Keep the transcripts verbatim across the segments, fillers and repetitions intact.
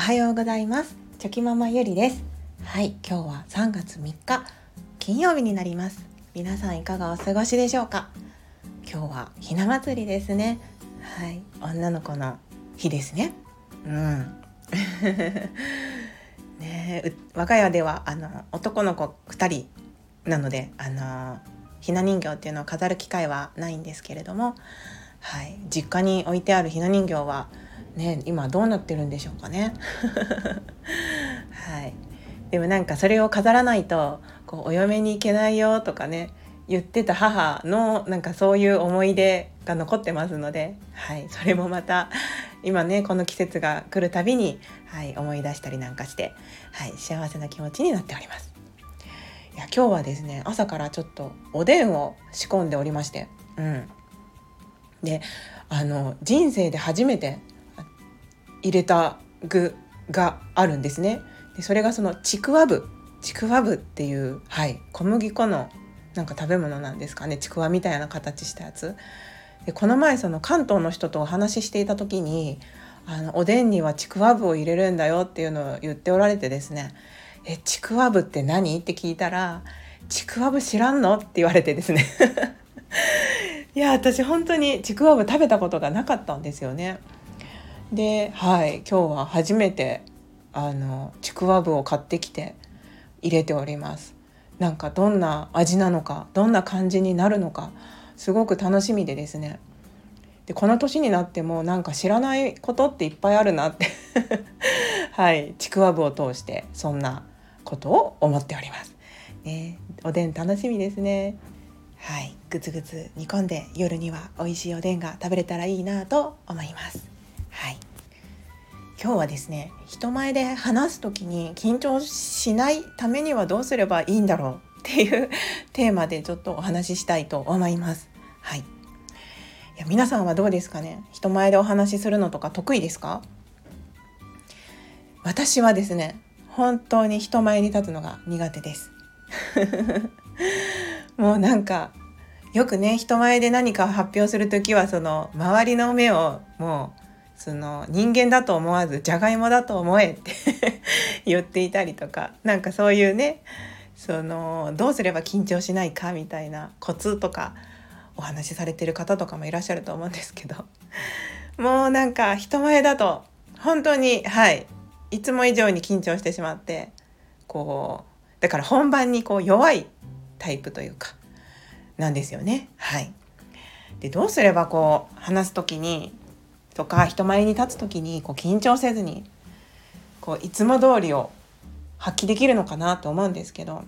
はようございます。チョキママゆりです。はい、今日はさんがつみっか金曜日になります。皆さんいかがお過ごしでしょうか。今日はひな祭りですね。はい、女の子の日ですね。うんねえ、我が家ではあの男の子ふたりなので、あのひな人形っていうのを飾る機会はないんですけれども、はい、実家に置いてあるひな人形はね、今どうなってるんでしょうかねはい、でもなんかそれを飾らないとこうお嫁に行けないよとかね言ってた母のなんかそういう思い出が残ってますので、はい、それもまた今ねこの季節が来るたびに、はい、思い出したりなんかして、はい、幸せな気持ちになっております。いや今日はですね、朝からちょっとおでんを仕込んでおりまして、うん、であの人生で初めて入れた具があるんですね。でそれがそのちくわぶちくわぶっていう、はい、小麦粉のなんか食べ物なんですかね。ちくわみたいな形したやつで、この前その関東の人とお話ししていた時に、あのおでんにはちくわぶを入れるんだよっていうのを言っておられてですね、えちくわぶって何って聞いたら、ちくわぶ知らんのって言われてですねいや私本当にちくわぶ食べたことがなかったんですよね。で、はい、今日は初めてあのちくわぶを買ってきて入れております。なんかどんな味なのか、どんな感じになるのか、すごく楽しみでですね。でこの年になってもなんか知らないことっていっぱいあるなってはい、ちくわぶを通してそんなことを思っております、ね、おでん楽しみですね。はい、ぐつぐつ煮込んで夜には美味しいおでんが食べれたらいいなと思います。はい、今日はですね、人前で話すときに緊張しないためにはどうすればいいんだろうっていうテーマでちょっとお話ししたいと思います。はい、いや皆さんはどうですかね。人前でお話しするのとか得意ですか？私はですね、本当に人前に立つのが苦手ですもうなんかよくね、人前で何か発表するときはその周りの目をもうその人間だと思わずじゃがいもだと思えって言っていたりとか、なんかそういうね、そのどうすれば緊張しないかみたいなコツとかお話しされてる方とかもいらっしゃると思うんですけど、もうなんか人前だと本当にはいいつも以上に緊張してしまって、こうだから本番にこう弱いタイプというかなんですよね。はい。でどうすればこう話すときにとか人前に立つときにこう緊張せずにこういつも通りを発揮できるのかなと思うんですけど、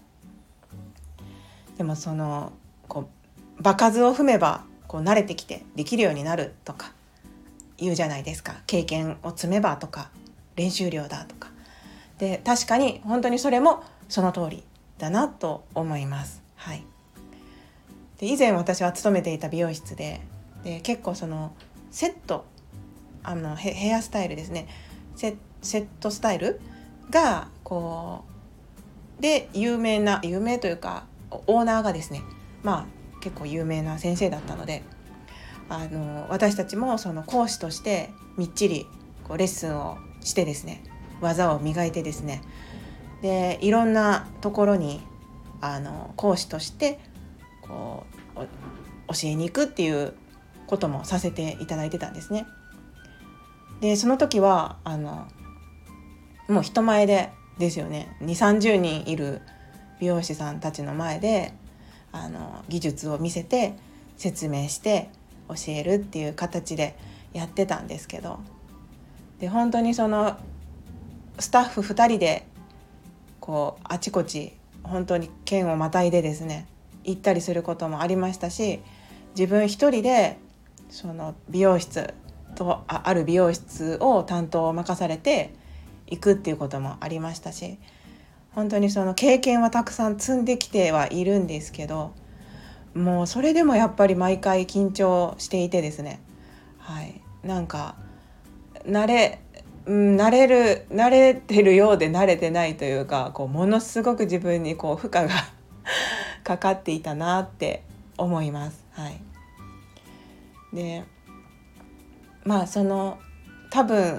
でもそのこう場数を踏めばこう慣れてきてできるようになるとか言うじゃないですか。経験を積めばとか練習量だとかで、確かに本当にそれもその通りだなと思います。はい。で以前私は勤めていた美容室で、で結構そのセットあの ヘ, ヘアスタイルですね、 セ, セットスタイルがこうで有名な有名というかオーナーがですね、まあ結構有名な先生だったので、あの私たちもその講師としてみっちりこうレッスンをしてですね、技を磨いてですね、でいろんなところにあの講師としてこう教えに行くっていうこともさせていただいてたんですね。でその時はあのもう人前でですよね、にじゅうさんじゅうにんいる美容師さんたちの前であの技術を見せて説明して教えるっていう形でやってたんですけど、で本当にそのスタッフふたりでこうあちこち本当に県をまたいでですね行ったりすることもありましたし、自分一人でその美容室と あ, ある美容室を担当を任されて行くっていうこともありましたし、本当にその経験はたくさん積んできてはいるんですけど、もうそれでもやっぱり毎回緊張していてですね、はい、なんか慣れ、うん、慣れる慣れてるようで慣れてないというか、こうものすごく自分にこう負荷がかかっていたなって思います。はい。でまあその多分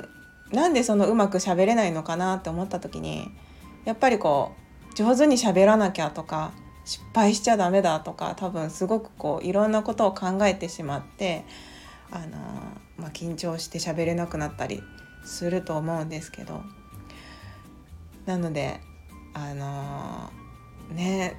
なんでそのうまく喋れないのかなって思った時に、やっぱりこう上手に喋らなきゃとか、失敗しちゃダメだとか、多分すごくこういろんなことを考えてしまって、あの、まあ、緊張して喋れなくなったりすると思うんですけど、なのであのね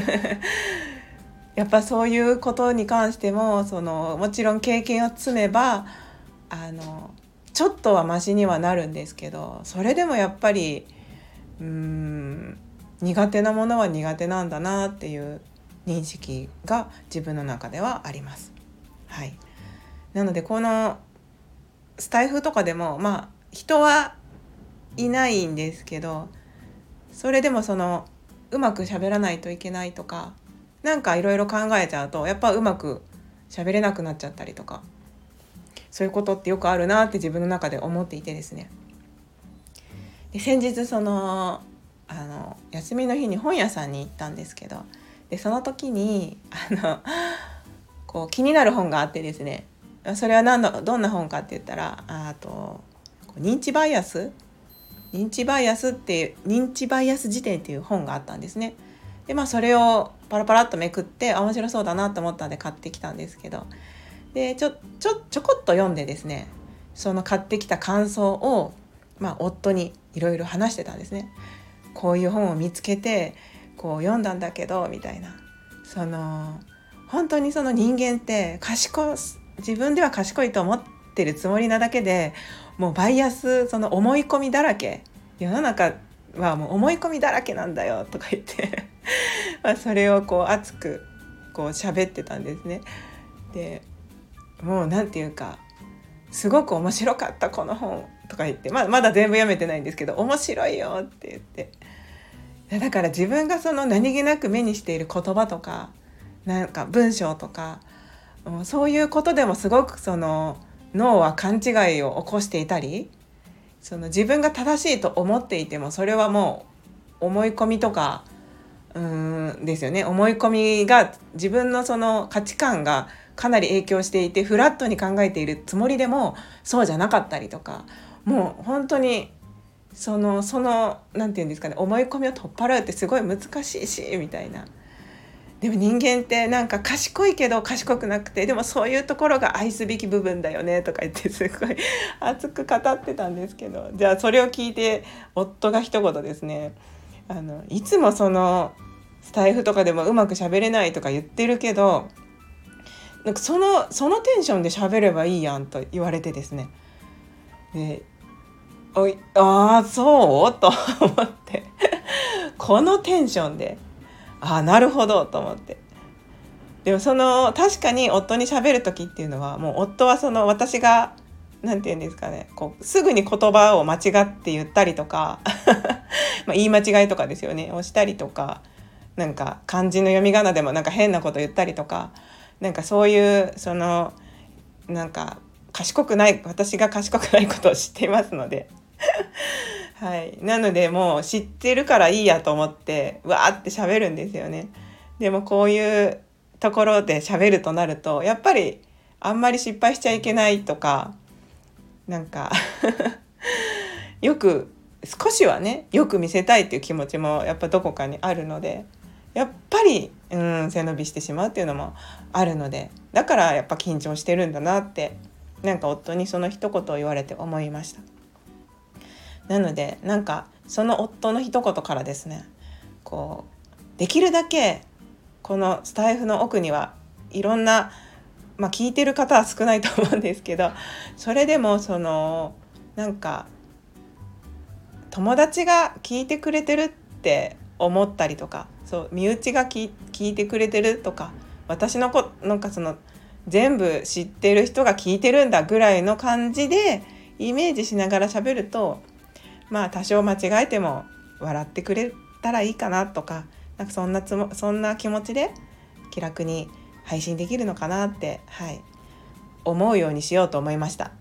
やっぱそういうことに関しても、そのもちろん経験を積めばあのちょっとはマシにはなるんですけど、それでもやっぱりうーん苦手なものは苦手なんだなっていう認識が自分の中ではあります。はい、なのでこのスタイフとかでもまあ人はいないんですけど、それでもそのうまく喋らないといけないとか、なんかいろいろ考えちゃうとやっぱうまく喋れなくなっちゃったりとか、そういうことってよくあるなって自分の中で思っていてですね。で先日そのあの休みの日に本屋さんに行ったんですけど、でその時にあのこう気になる本があってですね、それは何のどんな本かって言ったら、あと認知バイアス認知バイアスっていう認知バイアス辞典っていう本があったんですね。でまあそれをパラパラっとめくって、あ面白そうだなと思ったんで買ってきたんですけど、でちょちょちょこっと読んでですね、その買ってきた感想を、まあ、夫にいろいろ話してたんですね。こういう本を見つけてこう読んだんだけどみたいな、その本当にその人間って賢い、自分では賢いと思ってるつもりなだけで、もうバイアス、その思い込みだらけ、世の中はもう思い込みだらけなんだよとか言ってまあそれをこう熱くこう喋ってたんですね。でもうなんていうか、すごく面白かったこの本とか言って、まあ、まだ全部読めてないんですけど、面白いよって言って、だから自分がその何気なく目にしている言葉とか、なんか文章とか、そういうことでもすごくその脳は勘違いを起こしていたり、その自分が正しいと思っていても、それはもう思い込みとかうーんですよね。思い込みが自分のその価値観がかなり影響していて、フラットに考えているつもりでもそうじゃなかったりとか、もう本当にそのそのなんていうんですかね、思い込みを取っ払うってすごい難しいしみたいな。でも人間ってなんか賢いけど賢くなくて、でもそういうところが愛すべき部分だよねとか言ってすごい熱く語ってたんですけど、じゃあそれを聞いて夫が一言ですね、あのいつもそのスタイフとかでもうまく喋れないとか言ってるけど、なんかそのそのテンションで喋ればいいやんと言われてですね、でおいああそうと思ってこのテンションで、ああなるほどと思って。でもその確かに夫に喋る時っていうのは、もう夫はその私がなんて言うんですかね、こうすぐに言葉を間違って言ったりとかまあ言い間違いとかですよねをしたりとか、なんか漢字の読み仮名でもなんか変なこと言ったりとか、なんかそういうそのなんか賢くない、私が賢くないことを知っていますのではい、なのでもう知ってるからいいやと思ってわーって喋るんですよね。でもこういうところで喋るとなると、やっぱりあんまり失敗しちゃいけないとか、なんかよく少しはねよく見せたいっていう気持ちもやっぱどこかにあるので、やっぱりうん背伸びしてしまうっていうのもあるので、だからやっぱ緊張してるんだなって、なんか夫にその一言を言われて思いました。なのでなんかその夫の一言からですね、こうできるだけこのスタイフの奥にはいろんな、まあ、聞いてる方は少ないと思うんですけど、それでもそのなんか友達が聞いてくれてるって思ったりとか、そう身内が聞いてくれてるとか、私のこなんかその全部知ってる人が聞いてるんだぐらいの感じでイメージしながら喋ると、まあ多少間違えても笑ってくれたらいいかなとか、なんかそんなつもそんな気持ちで気楽に配信できるのかなって、はい、思うようにしようと思いました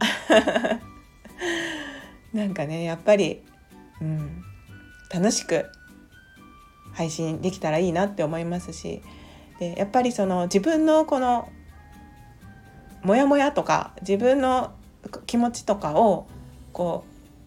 なんかねやっぱり、うん、楽しく配信できたらいいなって思いますし、でやっぱりその自分のこのモヤモヤとか自分の気持ちとかをこう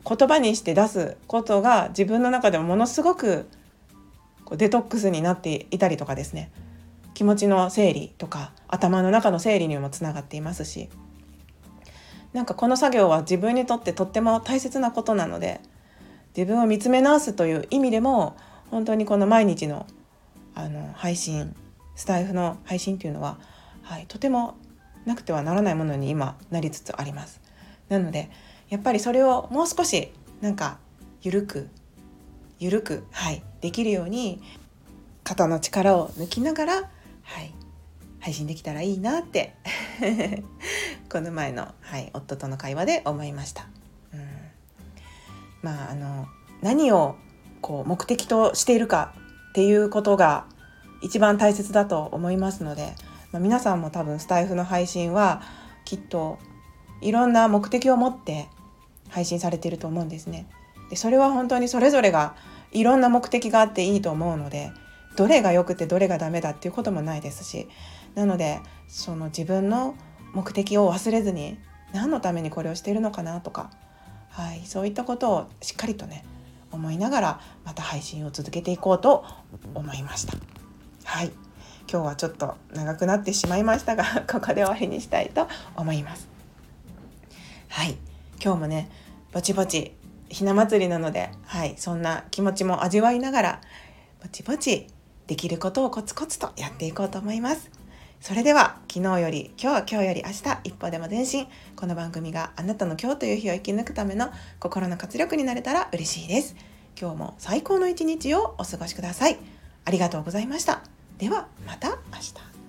言葉にして出すことが自分の中でもものすごくこうデトックスになっていたりとかですね、気持ちの整理とか頭の中の整理にもつながっていますし、なんかこの作業は自分にとってとっても大切なことなので、自分を見つめ直すという意味でも本当にこの毎日のあの配信、スタイフの配信というのは、はい、とてもなくてはならないものに今なりつつあります。なのでやっぱりそれをもう少しなんかゆるくゆるく、はい、できるように肩の力を抜きながら、はい、配信できたらいいなってこの前の、はい、夫との会話で思いました。うん、まああの何をこう目的としているかっていうことが一番大切だと思いますので、まあ、皆さんも多分スタイフの配信はきっといろんな目的を持って配信されていると思うんですね。でそれは本当にそれぞれがいろんな目的があっていいと思うので、どれが良くてどれがダメだっていうこともないですし、なのでその自分の目的を忘れずに何のためにこれをしているのかなとか、はい、そういったことをしっかりとね思いながらまた配信を続けていこうと思いました。はい、今日はちょっと長くなってしまいましたがここで終わりにしたいと思います。はい、今日もねぼちぼちひな祭りなので、はい、そんな気持ちも味わいながらぼちぼちできることをコツコツとやっていこうと思います。それでは昨日より今日は今日より明日一歩でも前進、この番組があなたの今日という日を生き抜くための心の活力になれたら嬉しいです。今日も最高の一日をお過ごしください。ありがとうございました。ではまた明日。